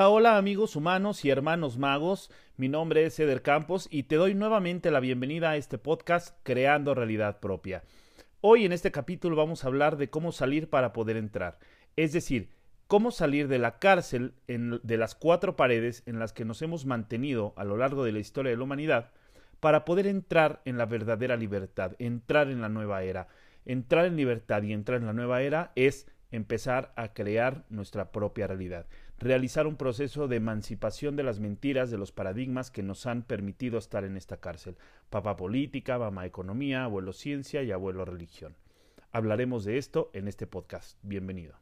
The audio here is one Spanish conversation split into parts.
Hola, hola amigos humanos y hermanos magos, mi nombre es Eder Campos y te doy nuevamente la bienvenida a este podcast Creando Realidad Propia. Hoy en este capítulo vamos a hablar de cómo salir para poder entrar, es decir, cómo salir de la cárcel de las cuatro paredes en las que nos hemos mantenido a lo largo de la historia de la humanidad para poder entrar en la verdadera libertad, entrar en la nueva era. Entrar en libertad y entrar en la nueva era es empezar a crear nuestra propia realidad, realizar un proceso de emancipación de las mentiras, de los paradigmas que nos han permitido estar en esta cárcel. Papá política, mamá economía, abuelo ciencia y abuelo religión. Hablaremos de esto en este podcast. Bienvenido.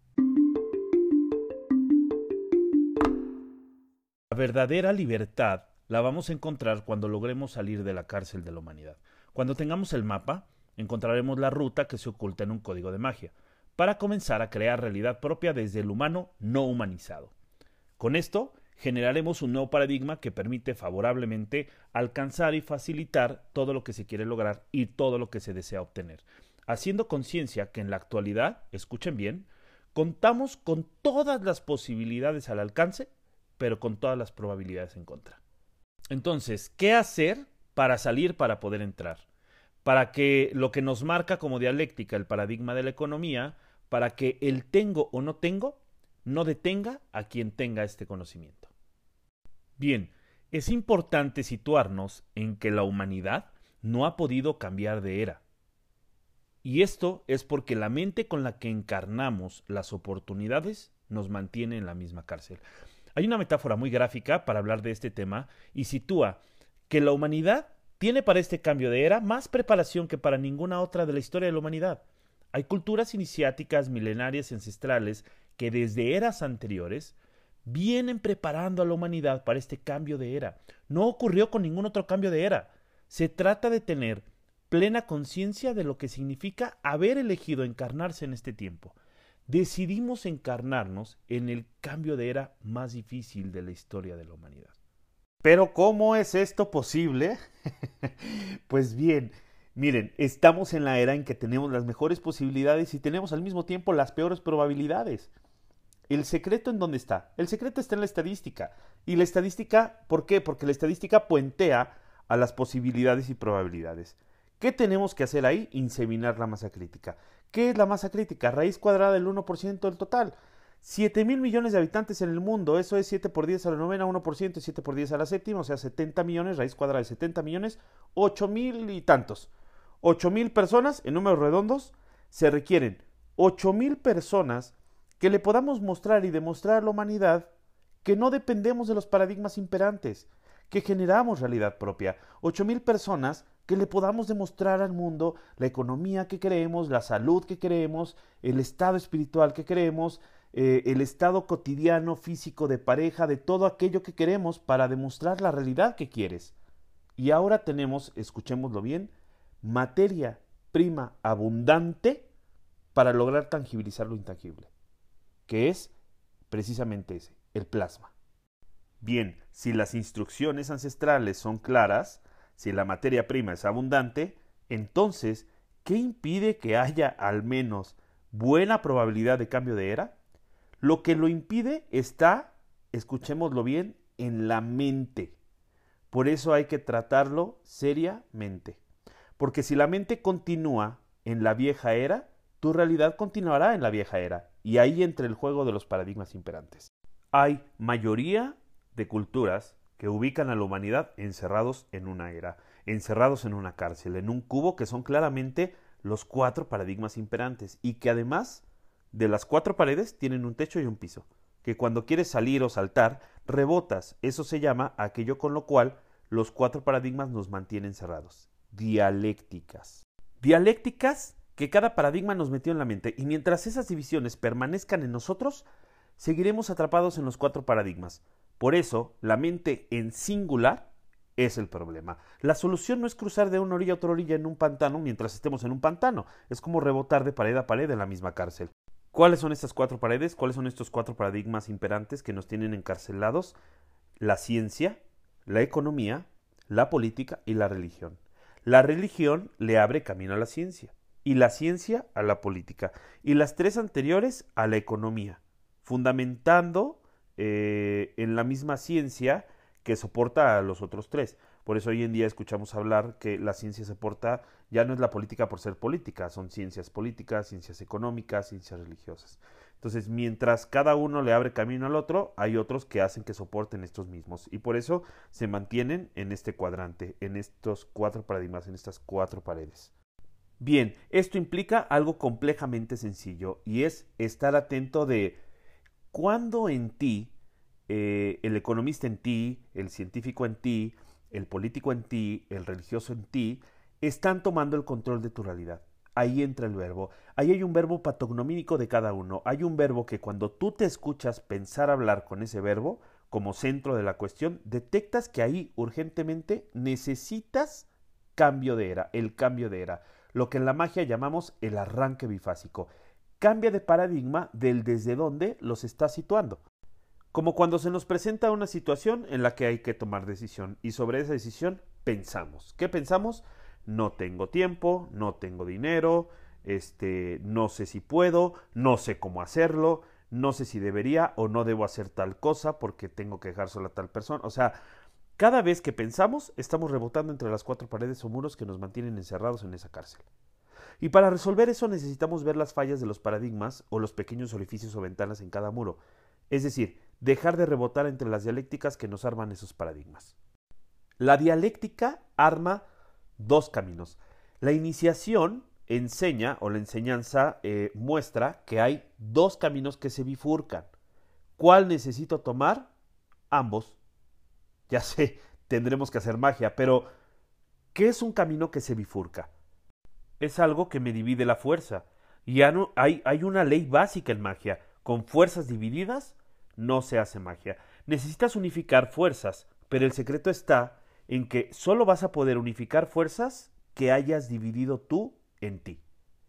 La verdadera libertad la vamos a encontrar cuando logremos salir de la cárcel de la humanidad. Cuando tengamos el mapa, encontraremos la ruta que se oculta en un código de magia, para comenzar a crear realidad propia desde el humano no humanizado. Con esto, generaremos un nuevo paradigma que permite favorablemente alcanzar y facilitar todo lo que se quiere lograr y todo lo que se desea obtener, haciendo conciencia que en la actualidad, escuchen bien, contamos con todas las posibilidades al alcance, pero con todas las probabilidades en contra. Entonces, ¿qué hacer para salir para poder entrar? Para que lo que nos marca como dialéctica el paradigma de la economía, para que el tengo o no tengo no detenga a quien tenga este conocimiento. Bien, es importante situarnos en que la humanidad no ha podido cambiar de era. Y esto es porque la mente con la que encarnamos las oportunidades nos mantiene en la misma cárcel. Hay una metáfora muy gráfica para hablar de este tema y sitúa que la humanidad tiene para este cambio de era más preparación que para ninguna otra de la historia de la humanidad. Hay culturas iniciáticas milenarias y ancestrales que desde eras anteriores vienen preparando a la humanidad para este cambio de era. No ocurrió con ningún otro cambio de era. Se trata de tener plena conciencia de lo que significa haber elegido encarnarse en este tiempo. Decidimos encarnarnos en el cambio de era más difícil de la historia de la humanidad. Pero ¿cómo es esto posible? Pues bien, miren, estamos en la era en que tenemos las mejores posibilidades y tenemos al mismo tiempo las peores probabilidades. ¿El secreto en dónde está? El secreto está en la estadística. ¿Y la estadística por qué? Porque la estadística puentea a las posibilidades y probabilidades. ¿Qué tenemos que hacer ahí? Inseminar la masa crítica. ¿Qué es la masa crítica? Raíz cuadrada del 1% del total. 7,000 millones de habitantes en el mundo, eso es 7 por 10 a la novena, 1%, 7 por 10 a la séptima, o sea, 70 millones, raíz cuadrada de 70 millones, 8,000 y tantos. 8,000 personas, en números redondos, se requieren 8,000 personas que le podamos mostrar y demostrar a la humanidad que no dependemos de los paradigmas imperantes, que generamos realidad propia. 8,000 personas que le podamos demostrar al mundo la economía que queremos, la salud que queremos, el estado espiritual que queremos, el estado cotidiano, físico, de pareja, de todo aquello que queremos para demostrar la realidad que quieres. Y ahora tenemos, escuchémoslo bien, materia prima abundante para lograr tangibilizar lo intangible, que es precisamente ese, el plasma. Bien, si las instrucciones ancestrales son claras, si la materia prima es abundante, entonces, ¿qué impide que haya al menos buena probabilidad de cambio de era? Lo que lo impide está, escuchémoslo bien, en la mente. Por eso hay que tratarlo seriamente. Porque si la mente continúa en la vieja era, tu realidad continuará en la vieja era. Y ahí entra el juego de los paradigmas imperantes. Hay mayoría de culturas que ubican a la humanidad encerrados en una era, encerrados en una cárcel, en un cubo que son claramente los 4 paradigmas imperantes y que además de las 4 paredes tienen un techo y un piso, que cuando quieres salir o saltar, rebotas. Eso se llama aquello con lo cual los 4 paradigmas nos mantienen cerrados. Dialécticas. Dialécticas que cada paradigma nos metió en la mente, y mientras esas divisiones permanezcan en nosotros, seguiremos atrapados en los 4 paradigmas. Por eso, la mente en singular es el problema. La solución no es cruzar de una orilla a otra orilla en un pantano mientras estemos en un pantano. Es como rebotar de pared a pared en la misma cárcel. ¿Cuáles son estas 4 paredes? ¿Cuáles son estos 4 paradigmas imperantes que nos tienen encarcelados? La ciencia, la economía, la política y la religión. La religión le abre camino a la ciencia, y la ciencia a la política, y las 3 anteriores a la economía, fundamentando en la misma ciencia que soporta a los otros tres. Por eso hoy en día escuchamos hablar que la ciencia soporta, ya no es la política por ser política, son ciencias políticas, ciencias económicas, ciencias religiosas. Entonces, mientras cada uno le abre camino al otro, hay otros que hacen que soporten estos mismos. Y por eso se mantienen en este cuadrante, en estos 4 paradigmas, en estas 4 paredes. Bien, esto implica algo complejamente sencillo y es estar atento de cuándo en ti, el economista en ti, el científico en ti, el político en ti, el religioso en ti, están tomando el control de tu realidad. Ahí entra el verbo. Ahí hay un verbo patognomínico de cada uno. Hay un verbo que cuando tú te escuchas pensar hablar con ese verbo como centro de la cuestión, detectas que ahí urgentemente necesitas cambio de era, el cambio de era, lo que en la magia llamamos el arranque bifásico. Cambia de paradigma del desde dónde los está situando. Como cuando se nos presenta una situación en la que hay que tomar decisión y sobre esa decisión pensamos. ¿Qué pensamos? No tengo tiempo, no tengo dinero, no sé si puedo, no sé cómo hacerlo, no sé si debería o no debo hacer tal cosa porque tengo que dejar sola a tal persona. O sea, cada vez que pensamos, estamos rebotando entre las 4 paredes o muros que nos mantienen encerrados en esa cárcel. Y para resolver eso necesitamos ver las fallas de los paradigmas o los pequeños orificios o ventanas en cada muro. Es decir, dejar de rebotar entre las dialécticas que nos arman esos paradigmas. La dialéctica arma 2 caminos. La iniciación enseña o la enseñanza muestra que hay 2 caminos que se bifurcan. ¿Cuál necesito tomar? Ambos. Ya sé, tendremos que hacer magia, pero ¿qué es un camino que se bifurca? Es algo que me divide la fuerza. Y hay una ley básica en magia. Con fuerzas divididas no se hace magia. Necesitas unificar fuerzas, pero el secreto está en que solo vas a poder unificar fuerzas que hayas dividido tú en ti.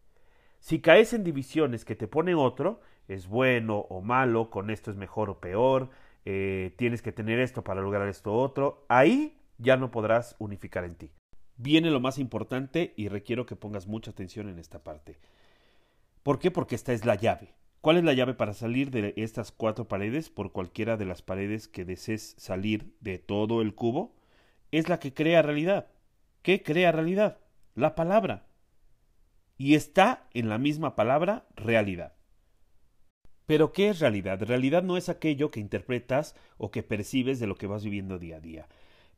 Si caes en divisiones que te pone otro, es bueno o malo, con esto es mejor o peor, tienes que tener esto para lograr esto otro, ahí ya no podrás unificar en ti. Viene lo más importante y requiero que pongas mucha atención en esta parte. ¿Por qué? Porque esta es la llave. ¿Cuál es la llave para salir de estas 4 paredes por cualquiera de las paredes que desees salir de todo el cubo? Es la que crea realidad. ¿Qué crea realidad? La palabra. Y está en la misma palabra realidad. ¿Pero qué es realidad? Realidad no es aquello que interpretas o que percibes de lo que vas viviendo día a día.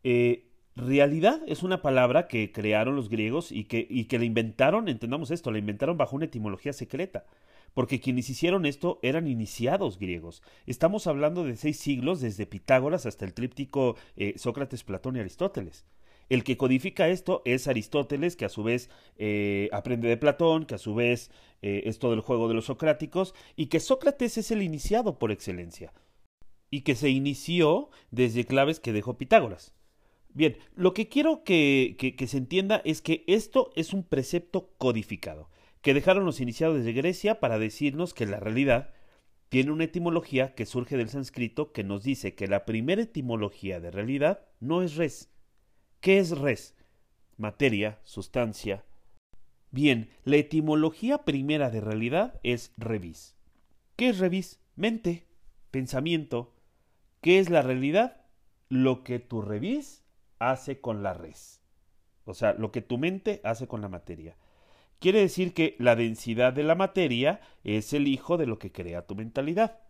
Realidad es una palabra que crearon los griegos y que la inventaron, entendamos esto, la inventaron bajo una etimología secreta. Porque quienes hicieron esto eran iniciados griegos. Estamos hablando de 6 siglos desde Pitágoras hasta el tríptico Sócrates, Platón y Aristóteles. El que codifica esto es Aristóteles, que a su vez aprende de Platón, que a su vez es todo el juego de los socráticos, y que Sócrates es el iniciado por excelencia, y que se inició desde claves que dejó Pitágoras. Bien, lo que quiero que se entienda es que esto es un precepto codificado, que dejaron los iniciados desde Grecia para decirnos que la realidad tiene una etimología que surge del sánscrito que nos dice que la primera etimología de realidad no es res. ¿Qué es res? Materia, sustancia. Bien, la etimología primera de realidad es revis. ¿Qué es revis? Mente, pensamiento. ¿Qué es la realidad? Lo que tu revis hace con la res. O sea, lo que tu mente hace con la materia. Quiere decir que la densidad de la materia es el hijo de lo que crea tu mentalidad.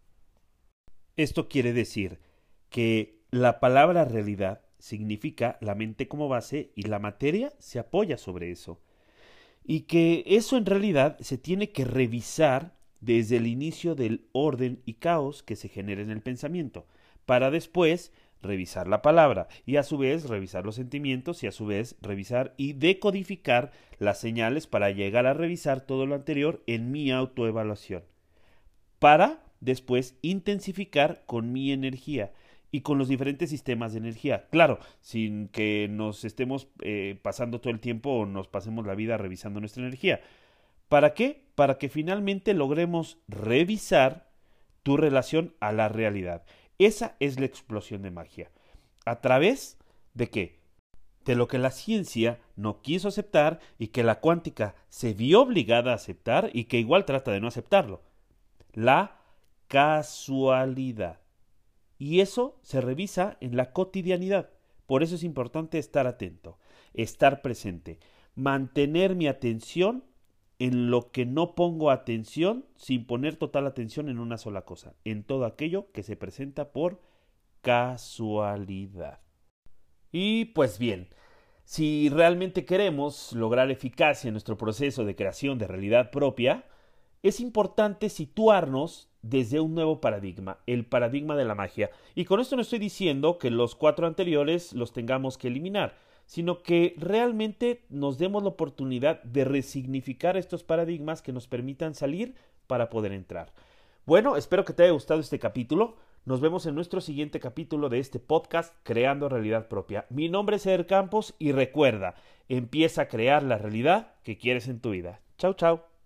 Esto quiere decir que la palabra realidad significa la mente como base y la materia se apoya sobre eso. Y que eso en realidad se tiene que revisar desde el inicio del orden y caos que se genera en el pensamiento, para después revisar la palabra y a su vez revisar los sentimientos y a su vez revisar y decodificar las señales para llegar a revisar todo lo anterior en mi autoevaluación, para después intensificar con mi energía y con los diferentes sistemas de energía. Claro, sin que nos estemos pasando todo el tiempo o nos pasemos la vida revisando nuestra energía. ¿Para qué? Para que finalmente logremos revisar tu relación a la realidad. Esa es la explosión de magia. ¿A través de qué? De lo que la ciencia no quiso aceptar y que la cuántica se vio obligada a aceptar y que igual trata de no aceptarlo. La casualidad. Y eso se revisa en la cotidianidad. Por eso es importante estar atento, estar presente, mantener mi atención en lo que no pongo atención sin poner total atención en una sola cosa, en todo aquello que se presenta por casualidad. Y pues bien, si realmente queremos lograr eficacia en nuestro proceso de creación de realidad propia, es importante situarnos desde un nuevo paradigma, el paradigma de la magia. Y con esto no estoy diciendo que los 4 anteriores los tengamos que eliminar, sino que realmente nos demos la oportunidad de resignificar estos paradigmas que nos permitan salir para poder entrar. Bueno, espero que te haya gustado este capítulo. Nos vemos en nuestro siguiente capítulo de este podcast Creando Realidad Propia. Mi nombre es Eder Campos y recuerda, empieza a crear la realidad que quieres en tu vida. Chau, chau.